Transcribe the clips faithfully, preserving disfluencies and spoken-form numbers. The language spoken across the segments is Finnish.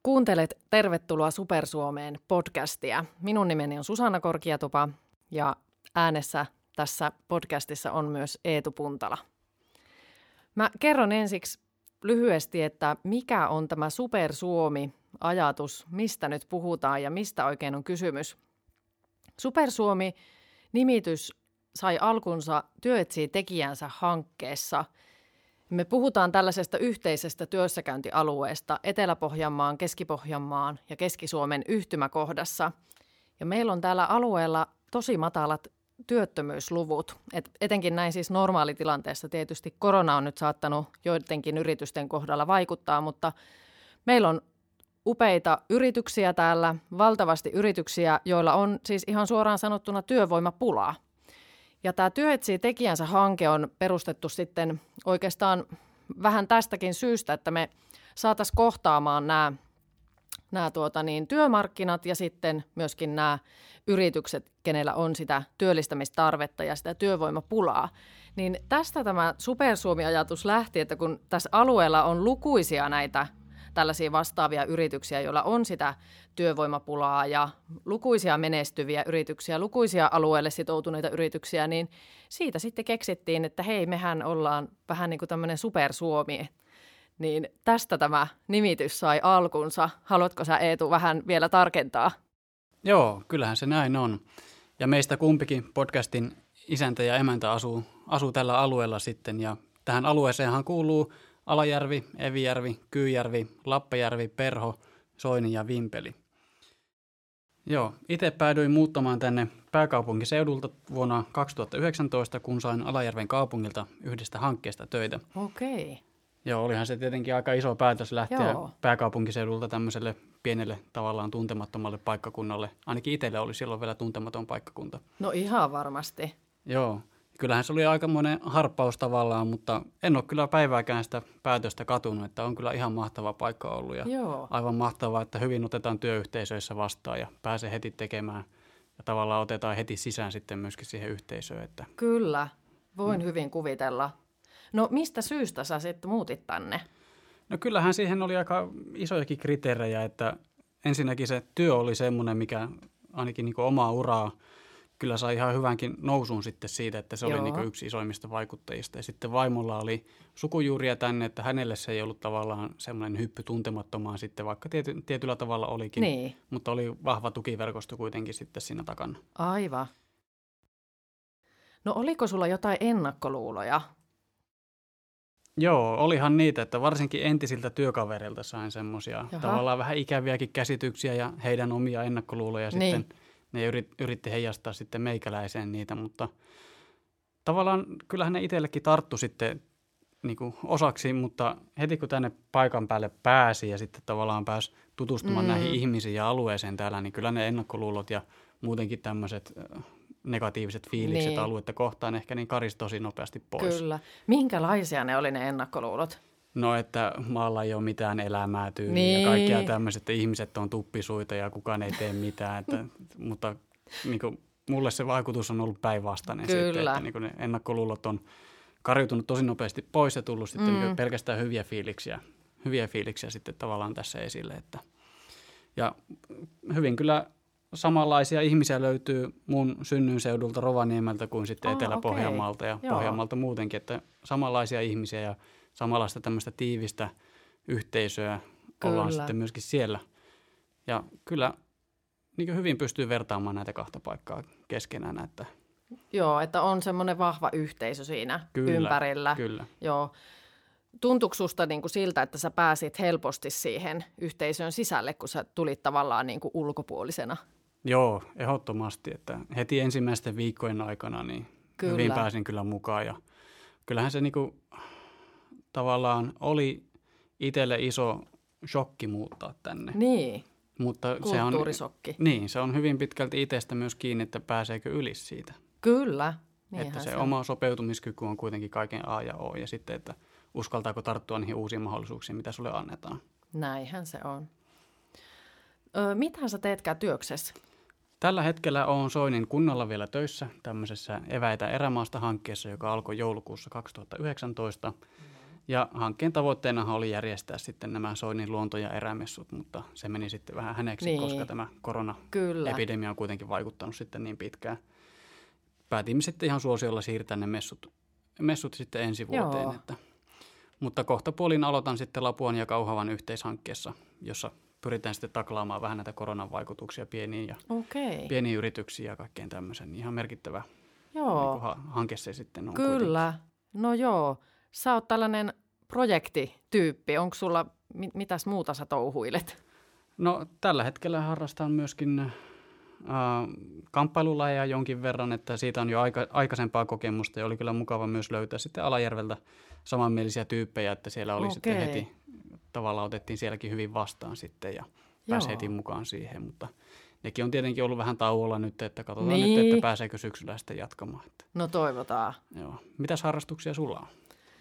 Kuuntelet Tervetuloa Supersuomeen podcastia. Minun nimeni on Susanna Korkiatupa ja äänessä tässä podcastissa on myös Eetu Puntala. Mä kerron ensiksi lyhyesti, että mikä on tämä Supersuomi-ajatus, mistä nyt puhutaan ja mistä oikein on kysymys. Supersuomi-nimitys sai alkunsa Työ etsii tekijänsä -hankkeessa. Me puhutaan tällaisesta yhteisestä työssäkäyntialueesta Etelä-Pohjanmaan, Keski-Pohjanmaan ja Keski-Suomen yhtymäkohdassa. Ja meillä on täällä alueella tosi matalat työttömyysluvut. Et etenkin näin siis normaalitilanteessa tietysti korona on nyt saattanut joidenkin yritysten kohdalla vaikuttaa, mutta meillä on upeita yrityksiä täällä, valtavasti yrityksiä, joilla on siis ihan suoraan sanottuna työvoimapulaa. Ja tämä Työ etsii tekijänsä -hanke on perustettu sitten oikeastaan vähän tästäkin syystä, että me saataisiin kohtaamaan nämä, nämä tuota niin, työmarkkinat ja sitten myöskin nämä yritykset, kenellä on sitä työllistämistarvetta ja sitä työvoimapulaa. Niin tästä tämä Supersuomi-ajatus lähti, että kun tässä alueella on lukuisia näitä tällaisia vastaavia yrityksiä, joilla on sitä työvoimapulaa ja lukuisia menestyviä yrityksiä, lukuisia alueelle sitoutuneita yrityksiä, niin siitä sitten keksittiin, että hei, mehän ollaan vähän niin kuin tämmöinen Supersuomi. Niin tästä tämä nimitys sai alkunsa. Haluatko sä, Eetu, vähän vielä tarkentaa? Joo, kyllähän se näin on. Ja meistä kumpikin podcastin isäntä ja emäntä asuu, asuu tällä alueella sitten, ja tähän alueeseenhan kuuluu Alajärvi, Evijärvi, Kyyjärvi, Lappajärvi, Perho, Soini ja Vimpeli. Joo, itse päädyin muuttamaan tänne pääkaupunkiseudulta vuonna kaksituhattayhdeksäntoista, kun sain Alajärven kaupungilta yhdestä hankkeesta töitä. Okei. Joo, olihan se tietenkin aika iso päätös lähteä Joo. pääkaupunkiseudulta tämmöiselle pienelle tavallaan tuntemattomalle paikkakunnalle. Ainakin itselle oli silloin vielä tuntematon paikkakunta. No ihan varmasti. Joo. Kyllähän se oli aikamoinen harppaus tavallaan, mutta en ole kyllä päivääkään sitä päätöstä katunut, että on kyllä ihan mahtava paikka ollut. Ja Joo. aivan mahtavaa, että hyvin otetaan työyhteisöissä vastaan ja pääsee heti tekemään ja tavallaan otetaan heti sisään sitten myöskin siihen yhteisöön. Että Kyllä, voin mm. hyvin kuvitella. No mistä syystä sä sitten muutit tänne? No kyllähän siihen oli aika isojakin kriteerejä, että ensinnäkin se työ oli semmoinen, mikä ainakin niin kuin omaa uraa kyllä sai ihan hyvänkin nousun sitten siitä, että se Joo. oli niin kuin yksi isoimmista vaikuttajista. Ja sitten vaimolla oli sukujuuria tänne, että hänelle se ei ollut tavallaan semmoinen hyppy tuntemattomaan sitten, vaikka tiety, tietyllä tavalla olikin. Niin. Mutta oli vahva tukiverkosto kuitenkin sitten siinä takana. Aivan. No oliko sulla jotain ennakkoluuloja? Joo, olihan niitä, että varsinkin entisiltä työkavereilta sain semmoisia tavallaan vähän ikäviäkin käsityksiä ja heidän omia ennakkoluuloja niin. sitten. Ne yrit, yritti heijastaa sitten meikäläiseen niitä, mutta tavallaan kyllähän ne itsellekin tarttu sitten niin kuin osaksi, mutta heti kun tänne paikan päälle pääsi ja sitten tavallaan pääsi tutustumaan mm. näihin ihmisiin ja alueeseen täällä, niin kyllä ne ennakkoluulot ja muutenkin tämmöiset negatiiviset fiilikset niin. aluetta kohtaan ehkä niin karisi tosi nopeasti pois. Kyllä. Minkälaisia ne oli ne ennakkoluulot? No, että maalla ei ole mitään elämää tyyliä niin. ja kaikkia tämmöiset, että ihmiset on tuppisuita ja kukaan ei tee mitään. Että, mutta niin kuin, mulle se vaikutus on ollut päinvastainen Kyllä. sitten, että niin kuin ne ennakkoluulot on kariutunut tosi nopeasti pois ja tullut sitten mm. niin pelkästään hyviä fiiliksiä, hyviä fiiliksiä sitten tavallaan tässä esille. Että, ja hyvin kyllä samanlaisia ihmisiä löytyy mun synnyinseudulta Rovaniemeltä kuin sitten oh, Etelä-Pohjanmaalta okay. ja Joo. Pohjanmaalta muutenkin, että samanlaisia ihmisiä ja samanlaista tämmöistä tiivistä yhteisöä kyllä. ollaan sitten myöskin siellä. Ja kyllä niin kuin hyvin pystyy vertaamaan näitä kahta paikkaa keskenään. Että Joo, että on semmoinen vahva yhteisö siinä kyllä, ympärillä. Kyllä. Joo. Tuntuuko susta niin kuin siltä, että sä pääsit helposti siihen yhteisön sisälle, kun sä tulit tavallaan niin kuin ulkopuolisena? Joo, ehdottomasti. Että heti ensimmäisten viikkojen aikana niin kyllä. hyvin pääsin kyllä mukaan. Ja kyllähän se niin kuin tavallaan oli itselle iso shokki muuttaa tänne. Niin, mutta kulttuurisokki. Se on, niin, se on hyvin pitkälti itsestä myös kiinni, että pääseekö yli siitä. Kyllä. Että se, se oma sopeutumiskyky on kuitenkin kaiken A ja O ja sitten, että uskaltaako tarttua niihin uusiin mahdollisuuksiin, mitä sulle annetaan. Näinhän se on. Ö, mitähän sä teetkään työksessä? Tällä hetkellä olen Soinin kunnalla vielä töissä tämmöisessä Eväitä erämaasta -hankkeessa, joka alkoi joulukuussa kaksituhattayhdeksäntoista. Ja hankkeen tavoitteena oli järjestää sitten nämä Soinin luonto- ja erämessut, mutta se meni sitten vähän häneksi, niin. koska tämä koronaepidemia on kuitenkin vaikuttanut sitten niin pitkään. Päätimme sitten ihan suosiolla siirtää ne messut, messut sitten ensi vuoteen. Että, mutta kohta puolin aloitan sitten Lapuan ja Kauhavan yhteishankkeessa, jossa pyritään sitten taklaamaan vähän näitä koronan vaikutuksia pieniin, ja okay. pieniin yrityksiin ja kaikkeen tämmöisen. Ihan merkittävä joo. Niin ha- hanke se sitten on. Kyllä. Kuitenkin. No joo. Sä oot tällainen projektityyppi. Onko sulla, mit- mitäs muuta sä touhuilet? No tällä hetkellä harrastan myöskin äh, kamppailulajeja jonkin verran, että siitä on jo aika, aikaisempaa kokemusta ja oli kyllä mukava myös löytää sitten Alajärveltä samanmielisiä tyyppejä, että siellä oli okay. sitten heti, tavallaan otettiin sielläkin hyvin vastaan sitten ja pääsi heti mukaan siihen, mutta nekin on tietenkin ollut vähän tauolla nyt, että katsotaan niin. nyt, että pääseekö syksyllä sitten jatkamaan. No toivotaan. Joo. Mitäs harrastuksia sulla on?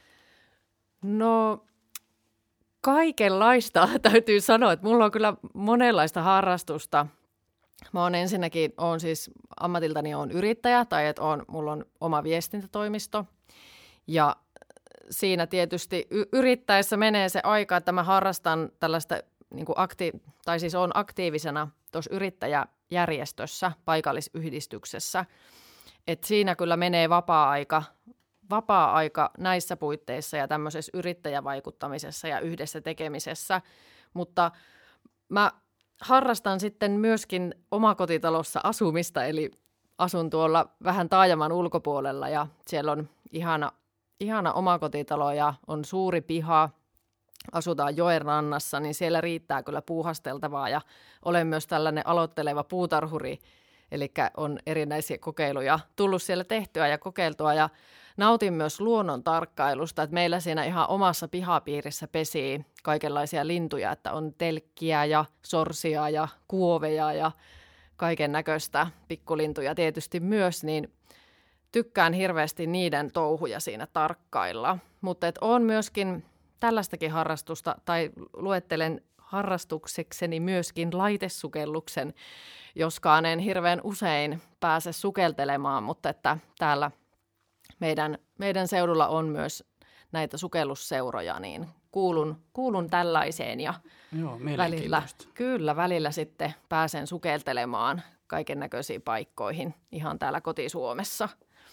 No kaikenlaista täytyy sanoa, että mulla on kyllä monenlaista harrastusta. Mä oon ensinnäkin, oon siis ammatiltani on yrittäjä tai että on, mulla on oma viestintätoimisto ja siinä tietysti y- yrittäessä menee se aika, että mä harrastan tällaista niin kuin akti- tai siis on aktiivisena tuossa yrittäjäjärjestössä, paikallisyhdistyksessä, että siinä kyllä menee vapaa-aika, vapaa-aika näissä puitteissa ja tämmöisessä yrittäjävaikuttamisessa ja yhdessä tekemisessä, mutta mä harrastan sitten myöskin omakotitalossa asumista, eli asun tuolla vähän taajaman ulkopuolella ja siellä on ihana, ihana omakotitalo ja on suuri piha, asutaan joen rannassa, niin siellä riittää kyllä puuhasteltavaa ja olen myös tällainen aloitteleva puutarhuri, eli on erinäisiä kokeiluja tullut siellä tehtyä ja kokeiltua ja nautin myös luonnon tarkkailusta, että meillä siinä ihan omassa pihapiirissä pesii kaikenlaisia lintuja, että on telkkiä ja sorsia ja kuoveja ja kaiken näköistä pikkulintuja tietysti myös, niin tykkään hirveästi niiden touhuja siinä tarkkailla. Mutta on myöskin tällaistakin harrastusta, tai luettelen harrastuksekseni myöskin laitesukelluksen, joskaan en hirveän usein pääse sukeltelemaan, mutta että täällä meidän, meidän seudulla on myös näitä sukellusseuroja, niin kuulun, kuulun tällaiseen ja Joo, välillä, kyllä, välillä sitten pääsen sukeltelemaan kaiken näköisiin paikkoihin ihan täällä koti-Suomessa.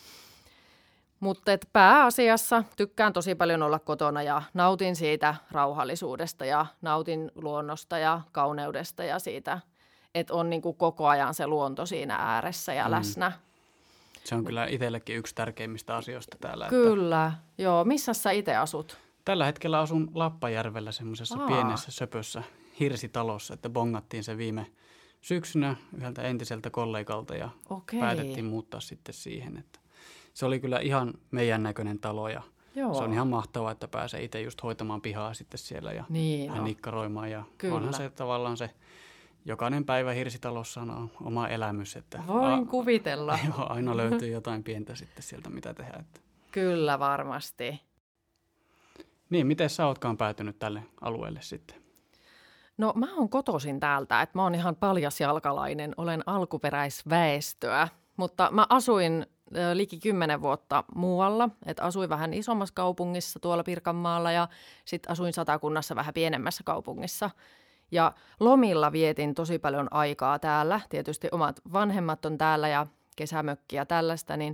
Mutta pääasiassa tykkään tosi paljon olla kotona ja nautin siitä rauhallisuudesta ja nautin luonnosta ja kauneudesta ja siitä, että on niin kuin koko ajan se luonto siinä ääressä ja mm. läsnä. Se on kyllä itsellekin yksi tärkeimmistä asioista täällä. Kyllä, että joo. Missä sä itse asut? Tällä hetkellä asun Lappajärvellä semmoisessa Aa. pienessä söpössä hirsitalossa, että bongattiin se viime syksynä yhdeltä entiseltä kollegalta ja Okei. päätettiin muuttaa sitten siihen, että se oli kyllä ihan meidän näköinen talo ja Joo. se on ihan mahtavaa, että pääsee itse just hoitamaan pihaa sitten siellä ja niin, vähän no. nikkaroimaan. Ja kyllä. Onhan se tavallaan se, jokainen päivä hirsitalossa on oma elämys. Että Voin a- kuvitella. Joo, aina löytyy jotain pientä sitten sieltä, mitä tehdä. Että. Kyllä varmasti. Niin, miten sä ootkaan päätynyt tälle alueelle sitten? No mä oon kotoisin täältä, että mä oon ihan paljasjalkalainen, olen alkuperäisväestöä, mutta mä asuin liki kymmenen vuotta muualla, että asuin vähän isommassa kaupungissa tuolla Pirkanmaalla ja sitten asuin Satakunnassa vähän pienemmässä kaupungissa. Ja lomilla vietin tosi paljon aikaa täällä, tietysti omat vanhemmat on täällä ja kesämökki ja tällaista, niin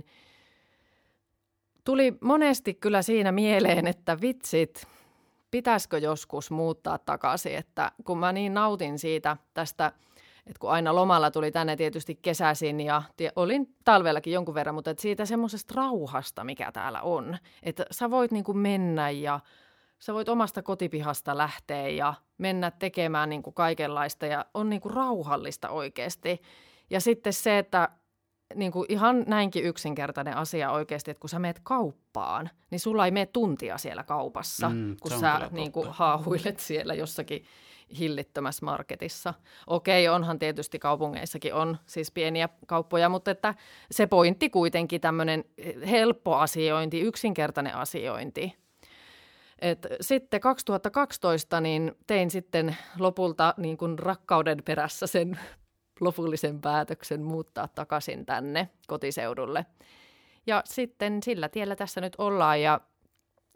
tuli monesti kyllä siinä mieleen, että vitsit, pitäisikö joskus muuttaa takaisin, että kun mä niin nautin siitä tästä, että kun aina lomalla tuli tänne tietysti kesäisin ja olin talvellakin jonkun verran, mutta että siitä semmoisesta rauhasta, mikä täällä on, että sä voit niin kuin mennä ja sä voit omasta kotipihasta lähteä ja mennä tekemään niin kuin kaikenlaista ja on niin kuin rauhallista oikeasti. Ja sitten se, että niin kuin ihan näinkin yksinkertainen asia oikeasti, että kun sä meet kauppaan, niin sulla ei mene tuntia siellä kaupassa, mm, kun sä niin kuin haahuilet siellä jossakin hillittömässä marketissa. Okei, onhan tietysti kaupungeissakin on siis pieniä kauppoja, mutta että se pointti kuitenkin tämmöinen helppo asiointi, yksinkertainen asiointi. Et sitten kaksituhattakaksitoista niin tein sitten lopulta niin kuin rakkauden perässä sen lopullisen päätöksen muuttaa takaisin tänne kotiseudulle. Ja sitten sillä tiellä tässä nyt ollaan ja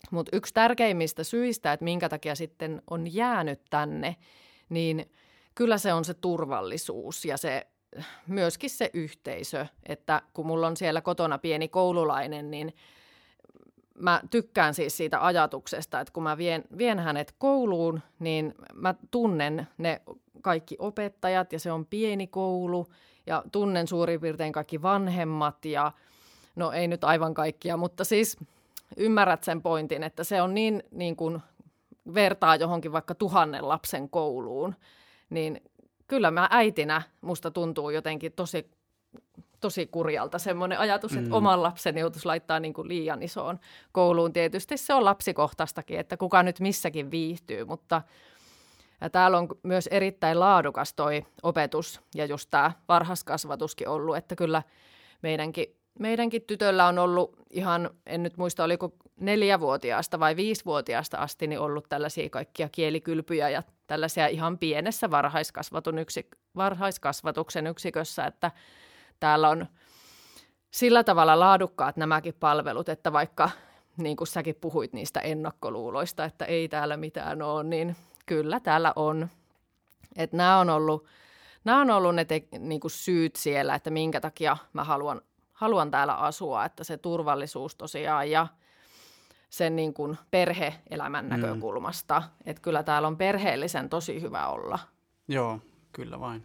Mutta yksi tärkeimmistä syistä, että minkä takia sitten on jäänyt tänne, niin kyllä se on se turvallisuus ja se myöskin se yhteisö, että kun mulla on siellä kotona pieni koululainen, niin mä tykkään siis siitä ajatuksesta, että kun mä vien, vien hänet kouluun, niin mä tunnen ne kaikki opettajat ja se on pieni koulu ja tunnen suurin piirtein kaikki vanhemmat ja no ei nyt aivan kaikkia, mutta siis ymmärrät sen pointin, että se on niin, niin kuin vertaa johonkin vaikka tuhannen lapsen kouluun, niin kyllä mä äitinä musta tuntuu jotenkin tosi, tosi kurjalta semmoinen ajatus, että mm. oman lapsen joutuisi laittaa niin kuin liian isoon kouluun. Tietysti se on lapsikohtaistakin, että kuka nyt missäkin viihtyy, mutta ja täällä on myös erittäin laadukas toi opetus ja just tämä varhaiskasvatuskin ollut, että kyllä meidänkin, meidänkin tytöllä on ollut ihan, en nyt muista oliko neljävuotiaasta vai viisivuotiaasta asti, niin ollut tällaisia kaikkia kielikylpyjä ja tällaisia ihan pienessä varhaiskasvatun yksik- varhaiskasvatuksen yksikössä, että täällä on sillä tavalla laadukkaat nämäkin palvelut, että vaikka niin kuin säkin puhuit niistä ennakkoluuloista, että ei täällä mitään ole, niin kyllä täällä on. Että nämä on ollut, nämä on ollut ne te, niin kuin syyt siellä, että minkä takia mä haluan, haluan täällä asua, että se turvallisuus tosiaan ja sen niin kuin perhe-elämän näkökulmasta. Mm. Että kyllä täällä on perheellisen tosi hyvä olla. Joo, kyllä vain.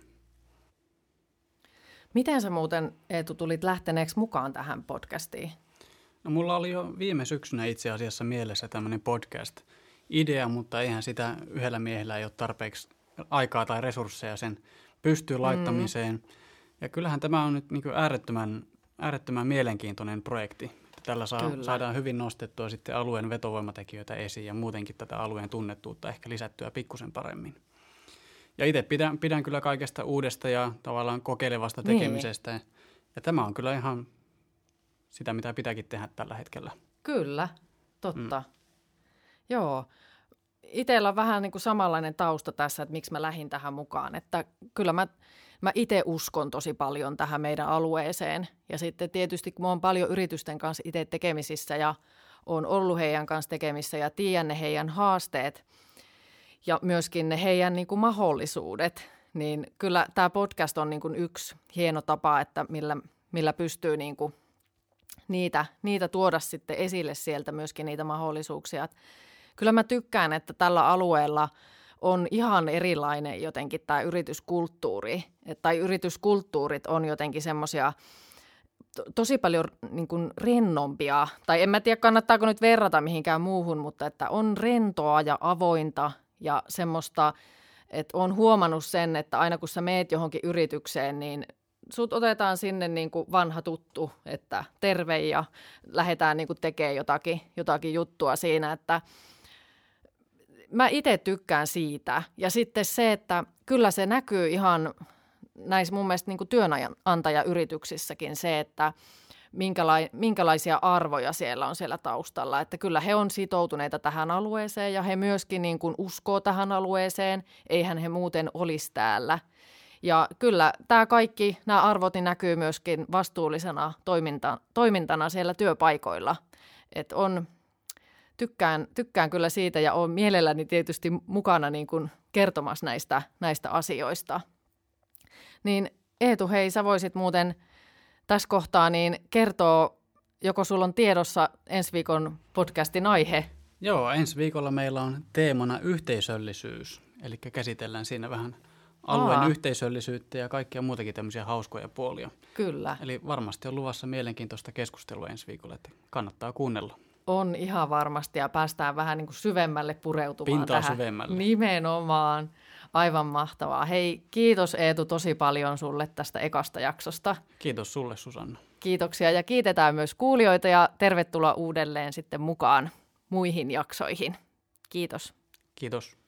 Miten sä muuten, Eetu, tulit lähteneeksi mukaan tähän podcastiin? No mulla oli jo viime syksynä itse asiassa mielessä tämmöinen podcast-idea, mutta eihän sitä yhdellä miehellä ei ole tarpeeksi aikaa tai resursseja sen pystyyn laittamiseen. Mm. Ja kyllähän tämä on nyt niin kuin äärettömän, äärettömän mielenkiintoinen projekti. Tällä saa, saadaan hyvin nostettua sitten alueen vetovoimatekijöitä esiin ja muutenkin tätä alueen tunnettuutta ehkä lisättyä pikkusen paremmin. Ja itse pidän, pidän kyllä kaikesta uudesta ja tavallaan kokeilevasta tekemisestä. Niin. Ja tämä on kyllä ihan sitä, mitä pitääkin tehdä tällä hetkellä. Kyllä, totta. Mm. Joo. Itsellä on vähän niin kuin samanlainen tausta tässä, että miksi mä lähdin tähän mukaan. Että kyllä mä, mä itse uskon tosi paljon tähän meidän alueeseen. Ja sitten tietysti, kun mä oon paljon yritysten kanssa itse tekemisissä ja oon ollut heidän kanssa tekemissä ja tiedän ne heidän haasteet ja myöskin ne heidän niin kuin mahdollisuudet, niin kyllä tämä podcast on niin kuin yksi hieno tapa, että millä, millä pystyy niin kuin niitä, niitä tuoda sitten esille sieltä myöskin niitä mahdollisuuksia. Kyllä mä tykkään, että tällä alueella on ihan erilainen jotenkin tämä yrityskulttuuri, tai yrityskulttuurit on jotenkin semmoisia to, tosi paljon niin kuin rennompia, tai en mä tiedä kannattaako nyt verrata mihinkään muuhun, mutta että on rentoa ja avointa ja semmoista, että on huomannut sen, että aina kun sä meet johonkin yritykseen, niin sut otetaan sinne niin kuin vanha tuttu, että terve ja lähdetään niin kuin tekemään jotakin, jotakin juttua siinä, että mä itse tykkään siitä. Ja sitten se, että kyllä se näkyy ihan näissä mun mielestä niin kuin työnantajayrityksissäkin se, että minkälai, minkälaisia arvoja siellä on siellä taustalla. Että kyllä he on sitoutuneita tähän alueeseen ja he myöskin niin kuin uskoo tähän alueeseen. Eihän he muuten olisi täällä. Ja kyllä tämä kaikki, nämä arvot niin näkyy myöskin vastuullisena toiminta, toimintana siellä työpaikoilla. Että on, tykkään, tykkään kyllä siitä ja olen mielelläni tietysti mukana niin kuin kertomassa näistä, näistä asioista. Niin Eetu, hei, sä voisit muuten tässä kohtaa niin kertoa, joko sulla on tiedossa ensi viikon podcastin aihe? Joo, ensi viikolla meillä on teemana yhteisöllisyys, eli käsitellään siinä vähän alueen Aa. yhteisöllisyyttä ja kaikkia muutakin tämmöisiä hauskoja puolia. Kyllä. Eli varmasti on luvassa mielenkiintoista keskustelua ensi viikolla, että kannattaa kuunnella. On ihan varmasti ja päästään vähän niin kuin syvemmälle pureutumaan Pintaa tähän. syvemmälle. Nimenomaan. Aivan mahtavaa. Hei, kiitos Eetu tosi paljon sulle tästä ekasta jaksosta. Kiitos sulle, Susanna. Kiitoksia ja kiitetään myös kuulijoita ja tervetuloa uudelleen sitten mukaan muihin jaksoihin. Kiitos. Kiitos.